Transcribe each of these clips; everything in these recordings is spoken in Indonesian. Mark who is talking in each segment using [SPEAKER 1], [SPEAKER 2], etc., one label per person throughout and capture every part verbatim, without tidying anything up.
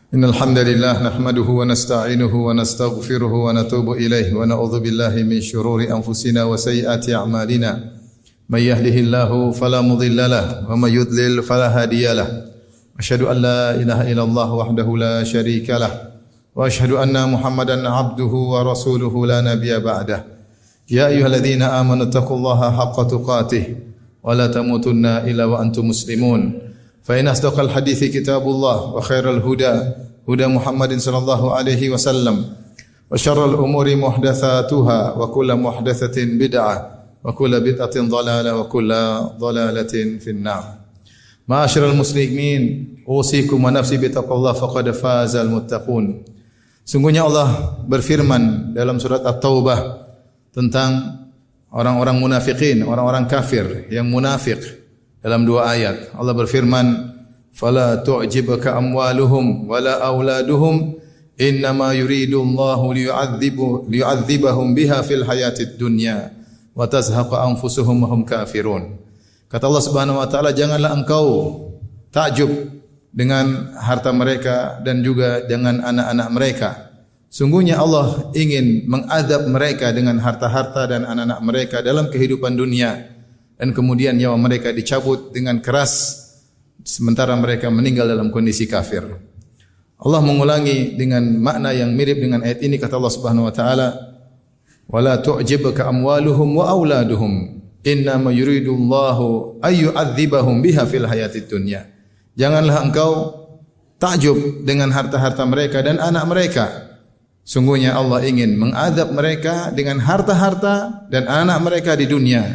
[SPEAKER 1] Innal hamdalillah nahmaduhu wa nasta'inuhu wa nastaghfiruhu wa natubu ilayhi wa na'udzu billahi min shururi anfusina wa sayyiati a'malina. May yahdihillahu fala mudilla lahu wa may yudlil fala hadiya lahu. Asyhadu an la ilaha illallah wahdahu la syarika lahu wa asyhadu anna Muhammadan 'abduhu wa rasuluhu la nabiyya ba'dah. Ya ayyuhalladzina amanu taqullaha haqqa tuqatih wa la tamutunna illa wa antum muslimun. Fa in asdaqal hadithi kitabullah wa khairal huda huda Muhammadin sallallahu alaihi wasallam wa syarrul umuri muhdatsatuha wa kullu muhdatsatin bid'ah wa kullu bid'atin dhalalah wa kullu dhalalatin finnar. Ma'asyiral muslimin, usikum wa nafsi bittaqwallah faqad fazal muttaqun. Sungguhnya Allah berfirman dalam surat At-Taubah tentang orang-orang munafikin, orang-orang kafir yang munafik dalam dua ayat. Allah berfirman, "Fala tu'jibka amwaluhum wala auladuhum innama yuridu Allahu liyu'adzibu liyu'adzibahum biha fil hayatid dunya wa tazhaqa anfusuhum wa hum kafirun." Kata Allah Subhanahu wa taala, janganlah engkau takjub dengan harta mereka dan juga dengan anak-anak mereka. Sungguhnya Allah ingin mengadab mereka dengan harta-harta dan anak-anak mereka dalam kehidupan dunia, dan kemudian nyawa mereka dicabut dengan keras sementara mereka meninggal dalam kondisi kafir. Allah mengulangi dengan makna yang mirip dengan ayat ini, kata Allah Subhanahu wa taala, "Wala tu'jibka amwaluhum wa auladuhum innama yuridullahu ay yu'adzibahum biha fil hayatid dunya." Janganlah engkau takjub dengan harta-harta mereka dan anak mereka. Sungguhnya Allah ingin mengadab mereka dengan harta-harta dan anak mereka di dunia,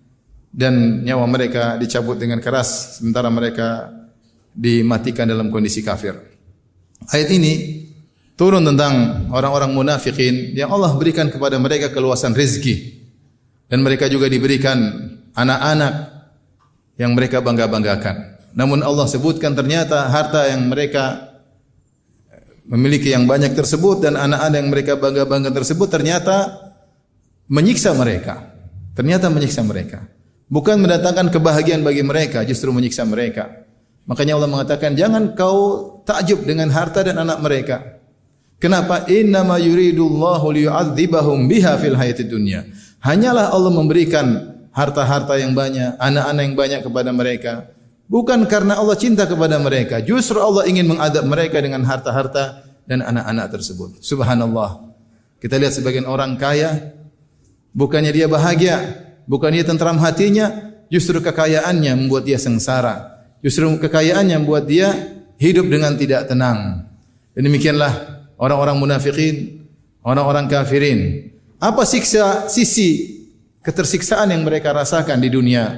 [SPEAKER 1] dan nyawa mereka dicabut dengan keras sementara mereka dimatikan dalam kondisi kafir. Ayat ini turun tentang orang-orang munafikin yang Allah berikan kepada mereka keluasan rezeki, dan mereka juga diberikan anak-anak yang mereka bangga-banggakan. Namun Allah sebutkan ternyata harta yang mereka memiliki yang banyak tersebut dan anak-anak yang mereka bangga-bangga tersebut ternyata menyiksa mereka. Ternyata menyiksa mereka. Bukan mendatangkan kebahagiaan bagi mereka, justru menyiksa mereka. Makanya Allah mengatakan, jangan kau takjub dengan harta dan anak mereka. Kenapa? Innama yuridullahu liyu'adzibahum biha fil hayatid dunya. Hanyalah Allah memberikan harta-harta yang banyak, anak-anak yang banyak kepada mereka, bukan karena Allah cinta kepada mereka. Justru Allah ingin mengadab mereka dengan harta-harta dan anak-anak tersebut. Subhanallah. Kita lihat sebagian orang kaya, bukannya dia bahagia, bukan dia tentram hatinya, justru kekayaannya membuat dia sengsara. Justru kekayaannya membuat dia hidup dengan tidak tenang. Dan demikianlah orang-orang munafikin, orang-orang kafirin. Apa siksa sisi ketersiksaan yang mereka rasakan di dunia?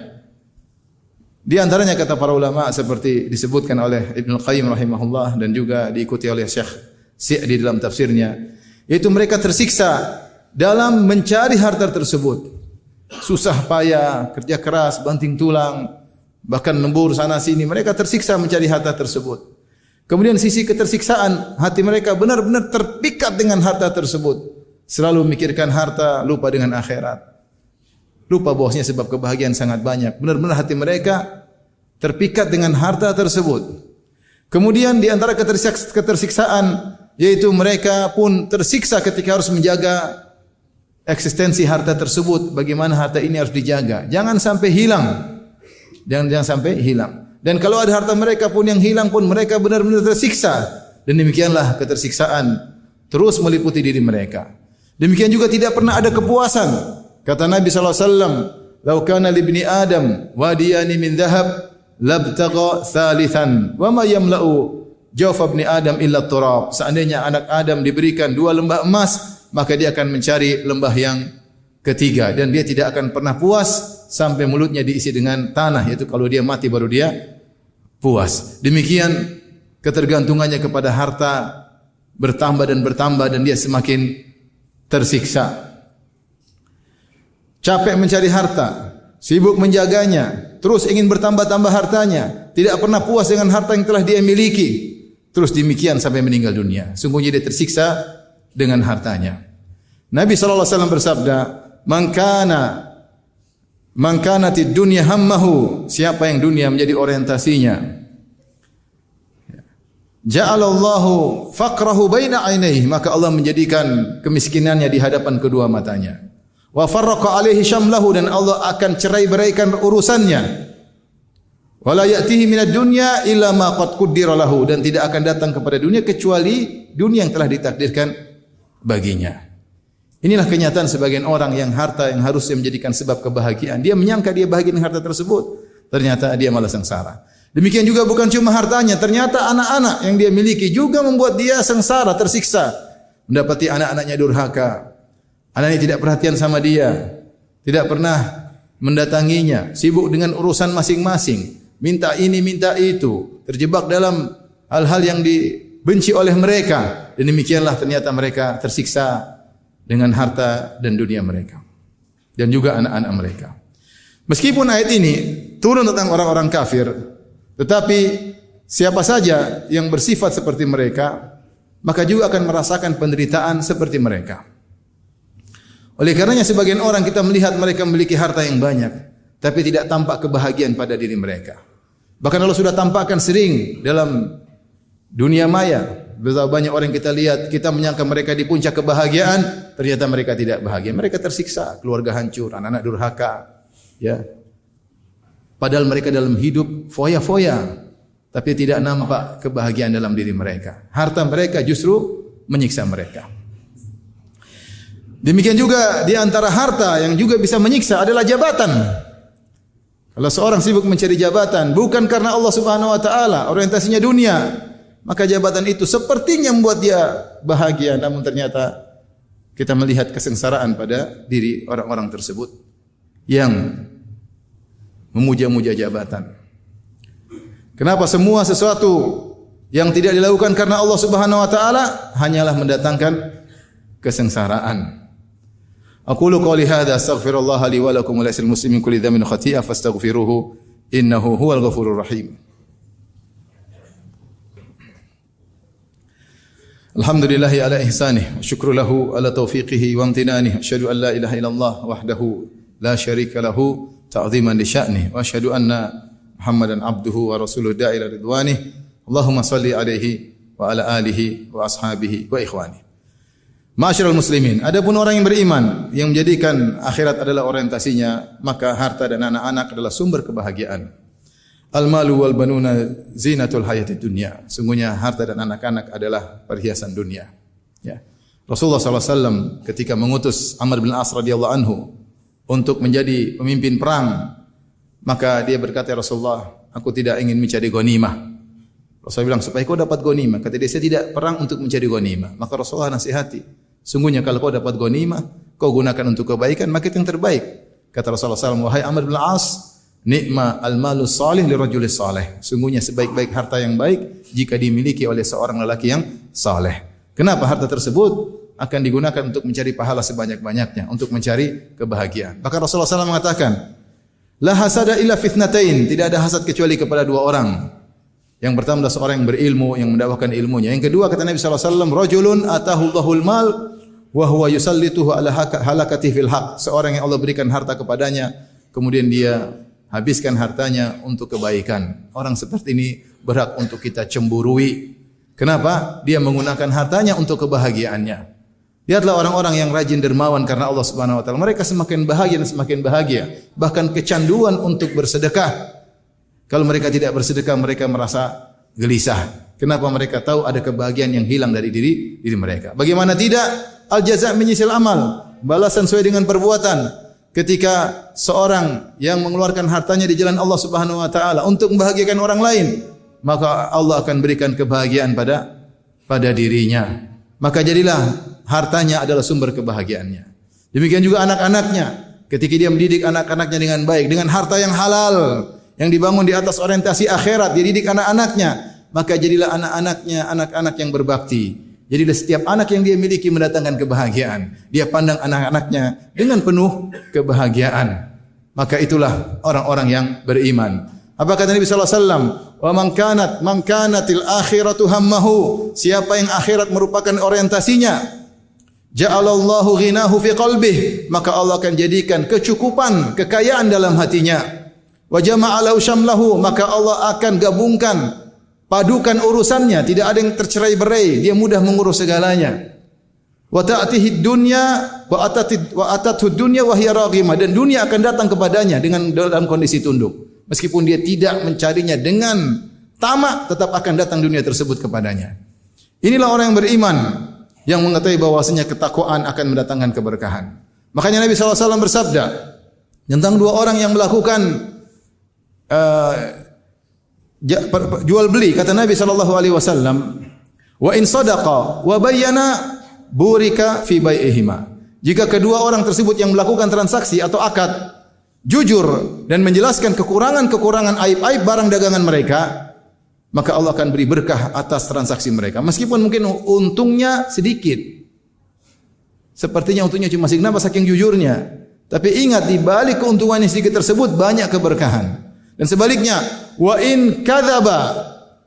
[SPEAKER 1] Di antaranya kata para ulama seperti disebutkan oleh Ibnu Qayyim rahimahullah dan juga diikuti oleh Syekh Sa'di dalam tafsirnya, yaitu mereka tersiksa dalam mencari harta tersebut. Susah payah, kerja keras, banting tulang, bahkan lembur sana sini, mereka tersiksa mencari harta tersebut. Kemudian sisi ketersiksaan, hati mereka benar-benar terpikat dengan harta tersebut. Selalu memikirkan harta, lupa dengan akhirat. Lupa bahwasanya sebab kebahagiaan sangat banyak. Benar-benar hati mereka terpikat dengan harta tersebut. Kemudian di antara ketersiksaan, yaitu mereka pun tersiksa ketika harus menjaga eksistensi harta tersebut. Bagaimana harta ini harus dijaga, jangan sampai hilang, jangan jangan sampai hilang. Dan kalau ada harta mereka pun yang hilang pun mereka benar-benar tersiksa. Dan demikianlah ketersiksaan terus meliputi diri mereka. Demikian juga tidak pernah ada kepuasan. Kata Nabi sallallahu alaihi wasallam, "Lau kana li ibni Adam wadiyani min dhahab labtagha thalithan wa ma yamla'u jawf ibni Adam illa turab." Seandainya anak Adam diberikan dua lembah emas, maka dia akan mencari lembah yang ketiga, dan dia tidak akan pernah puas sampai mulutnya diisi dengan tanah, yaitu kalau dia mati baru dia puas. Demikian ketergantungannya kepada harta bertambah dan bertambah, dan dia semakin tersiksa. Capek mencari harta, sibuk menjaganya, terus ingin bertambah-tambah hartanya, tidak pernah puas dengan harta yang telah dia miliki. Terus demikian sampai meninggal dunia. Sungguhnya dia tersiksa dengan hartanya. Nabi sallallahu alaihi wasallam bersabda, "Man kana man kanatid dunya hammahu," siapa yang dunia menjadi orientasinya, ja'alallahu faqrahu baina ainaihi, maka Allah menjadikan kemiskinannya di hadapan kedua matanya. Wa farraqa alaihi syamlahu, dan Allah akan cerai-beraikan urusannya. Wala ya'tihi minad dunya illa ma qad qaddara lahu, dan tidak akan datang kepada dunia kecuali dunia yang telah ditakdirkan baginya. Inilah kenyataan sebagian orang yang harta yang harusnya menjadikan sebab kebahagiaan, dia menyangka dia bahagia dengan harta tersebut, ternyata dia malah sengsara. Demikian juga bukan cuma hartanya, ternyata anak-anak yang dia miliki juga membuat dia sengsara, tersiksa. Mendapati anak-anaknya durhaka, anaknya tidak perhatian sama dia, tidak pernah mendatanginya, sibuk dengan urusan masing-masing, minta ini, minta itu, terjebak dalam hal-hal yang dibenci oleh mereka. Dan demikianlah ternyata mereka tersiksa dengan harta dan dunia mereka. Dan juga anak-anak mereka. Meskipun ayat ini turun tentang orang-orang kafir, tetapi siapa saja yang bersifat seperti mereka, maka juga akan merasakan penderitaan seperti mereka. Oleh karenanya sebagian orang kita melihat mereka memiliki harta yang banyak, tapi tidak tampak kebahagiaan pada diri mereka. Bahkan Allah sudah tampakkan sering dalam dunia maya. Betapa banyak orang kita lihat, kita menyangka mereka di puncak kebahagiaan, ternyata mereka tidak bahagia. Mereka tersiksa, keluarga hancur, anak-anak durhaka, ya. Padahal mereka dalam hidup foya-foya, tapi tidak nampak kebahagiaan dalam diri mereka. Harta mereka justru menyiksa mereka. Demikian juga di antara harta yang juga bisa menyiksa adalah jabatan. Kalau seorang sibuk mencari jabatan bukan karena Allah Subhanahu wa taala, orientasinya dunia, maka jabatan itu sepertinya membuat dia bahagia, namun ternyata kita melihat kesengsaraan pada diri orang-orang tersebut yang memuja-muja jabatan. Kenapa semua sesuatu yang tidak dilakukan karena Allah Subhanahu wa taala hanyalah mendatangkan kesengsaraan. Aqulu qouli hadza astaghfirullah li wa lakum wa lisal muslimin kulli dhanbin khati'ah fastaghfiruhu innahu huwal ghafurur rahim. Alhamdulillahi ala ihsanih, wa syukru lahu ala taufiqihi wa amtinanih, asyhadu an la ilaha illallah wahdahu la syarika lahu ta'ziman li sya'nih, wa asyhadu anna Muhammadan abduhu wa rasuluhu da'ila ridwanih. Allahumma salli alaihi wa ala alihi wa ashabihi wa ikhwani. Ma'asyiral muslimin, adapun orang yang beriman yang menjadikan akhirat adalah orientasinya, maka harta dan anak-anak adalah sumber kebahagiaan. Al-malu wal banuna zinatul hayatid dunya. Sungguhnya harta dan anak-anak adalah perhiasan dunia. Ya. Rasulullah sallallahu alaihi wasallam ketika mengutus Amr bin As radhiyallahu anhu untuk menjadi pemimpin perang, maka dia berkata, ya Rasulullah, aku tidak ingin mencari ghanimah. Rasulullah bilang, supaya kau dapat ghanimah. Kata dia, saya tidak perang untuk mencari ghanimah. Maka Rasulullah nasihati, sungguhnya kalau kau dapat ghanimah, kau gunakan untuk kebaikan, maka itu yang terbaik. Kata Rasulullah sallallahu alaihi wasallam, wahai Amr bin As, nikma al-malu salih li rajulis salih. Sungguhnya sebaik-baik harta yang baik jika dimiliki oleh seorang lelaki yang saleh. Kenapa harta tersebut akan digunakan untuk mencari pahala sebanyak-banyaknya, untuk mencari kebahagiaan. Bahkan Rasulullah sallallahu alaihi wasallam mengatakan, la hasada illa fitnatain, tidak ada hasad kecuali kepada dua orang. Yang pertama adalah seorang yang berilmu, yang mendakwahkan ilmunya. Yang kedua kata Nabi sallallahu alaihi wasallam, rajulun atahullahul mal wa huwa yusallituhu ala halakati fil haq. Seorang yang Allah berikan harta kepadanya, kemudian dia habiskan hartanya untuk kebaikan. Orang seperti ini berhak untuk kita cemburui. Kenapa? Dia menggunakan hartanya untuk kebahagiaannya. Lihatlah orang-orang yang rajin dermawan karena Allah Subhanahu wa taala. Mereka semakin bahagia dan semakin bahagia. Bahkan kecanduan untuk bersedekah. Kalau mereka tidak bersedekah, mereka merasa gelisah. Kenapa? Mereka tahu ada kebahagiaan yang hilang dari diri diri mereka. Bagaimana tidak? Al jaza' min jinsil amal. Balasan sesuai dengan perbuatan. Ketika seorang yang mengeluarkan hartanya di jalan Allah Subhanahu wa taala untuk membahagiakan orang lain, maka Allah akan berikan kebahagiaan pada pada dirinya. Maka jadilah hartanya adalah sumber kebahagiaannya. Demikian juga anak-anaknya. Ketika dia mendidik anak-anaknya dengan baik, dengan harta yang halal, yang dibangun di atas orientasi akhirat, dia didik anak-anaknya, maka jadilah anak-anaknya anak-anak yang berbakti. Jadilah setiap anak yang dia miliki mendatangkan kebahagiaan. Dia pandang anak-anaknya dengan penuh kebahagiaan. Maka itulah orang-orang yang beriman. Apa kata Nabi sallallahu alaihi wasallam? Wa man kanat man kanatil akhiratu hammahu. Siapa yang akhirat merupakan orientasinya, ja'alallahu ghinahu fi qalbih, maka Allah akan jadikan kecukupan, kekayaan dalam hatinya. Wa jama'alahu syamlahu, maka Allah akan gabungkan padukan urusannya, tidak ada yang tercerai-berai, dia mudah mengurus segalanya. Wa ta'tihi dunya wa atati wa atathu dunya wa hiya raghimah, dan dunia akan datang kepadanya dengan dalam kondisi tunduk. Meskipun dia tidak mencarinya dengan tamak, tetap akan datang dunia tersebut kepadanya. Inilah orang yang beriman yang mengetahui bahwasanya ketakwaan akan mendatangkan keberkahan. Makanya Nabi sallallahu alaihi wasallam bersabda tentang dua orang yang melakukan uh, jual beli, kata Nabi sallallahu alaihi wasallam, wa in sadaqa wa bayyana burika fi bai'ihima. Jika kedua orang tersebut yang melakukan transaksi atau akad jujur dan menjelaskan kekurangan-kekurangan aib-aib barang dagangan mereka, maka Allah akan beri berkah atas transaksi mereka. Meskipun mungkin untungnya sedikit. Sepertinya untungnya cuma sedikit, saking jujurnya. Tapi ingat, di balik keuntungan yang sedikit tersebut banyak keberkahan. Dan sebaliknya, wa in kadzaba,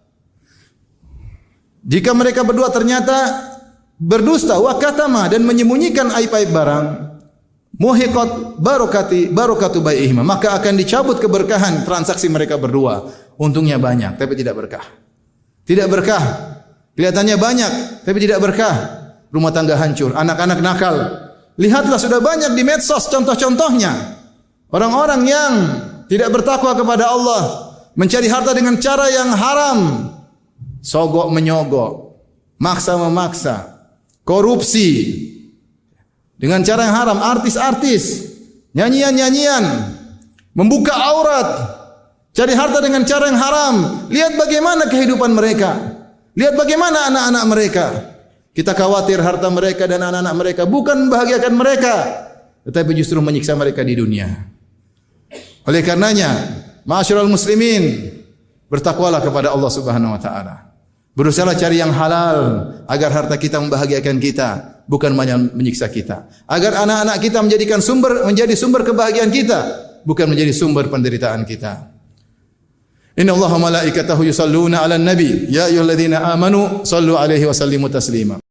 [SPEAKER 1] jika mereka berdua ternyata berdusta, wa katama, dan menyembunyikan aib-aib barang, muhiqat barakati barakatu bai'ihima, maka akan dicabut keberkahan transaksi mereka berdua. Untungnya banyak tapi tidak berkah. Tidak berkah. Kelihatannya banyak tapi tidak berkah. Rumah tangga hancur, anak-anak nakal. Lihatlah sudah banyak di medsos contoh-contohnya. Orang-orang yang tidak bertakwa kepada Allah, mencari harta dengan cara yang haram, sogok menyogok, maksa memaksa, korupsi dengan cara yang haram, artis-artis, nyanyian-nyanyian, membuka aurat, cari harta dengan cara yang haram. Lihat bagaimana kehidupan mereka. Lihat bagaimana anak-anak mereka. Kita khawatir harta mereka dan anak-anak mereka bukan membahagiakan mereka, tetapi justru menyiksa mereka di dunia. Oleh karenanya, ma'asyiral muslimin, bertakwalah kepada Allah Subhanahu wa taala. Berusahalah cari yang halal agar harta kita membahagiakan kita, bukan menyiksa kita. Agar anak-anak kita menjadikan sumber menjadi sumber kebahagiaan kita, bukan menjadi sumber penderitaan kita. Inna Allaha malaikatahu yusalluna 'alan nabi ya ayyuhalladzina amanu sallu 'alaihi wa sallimu taslima.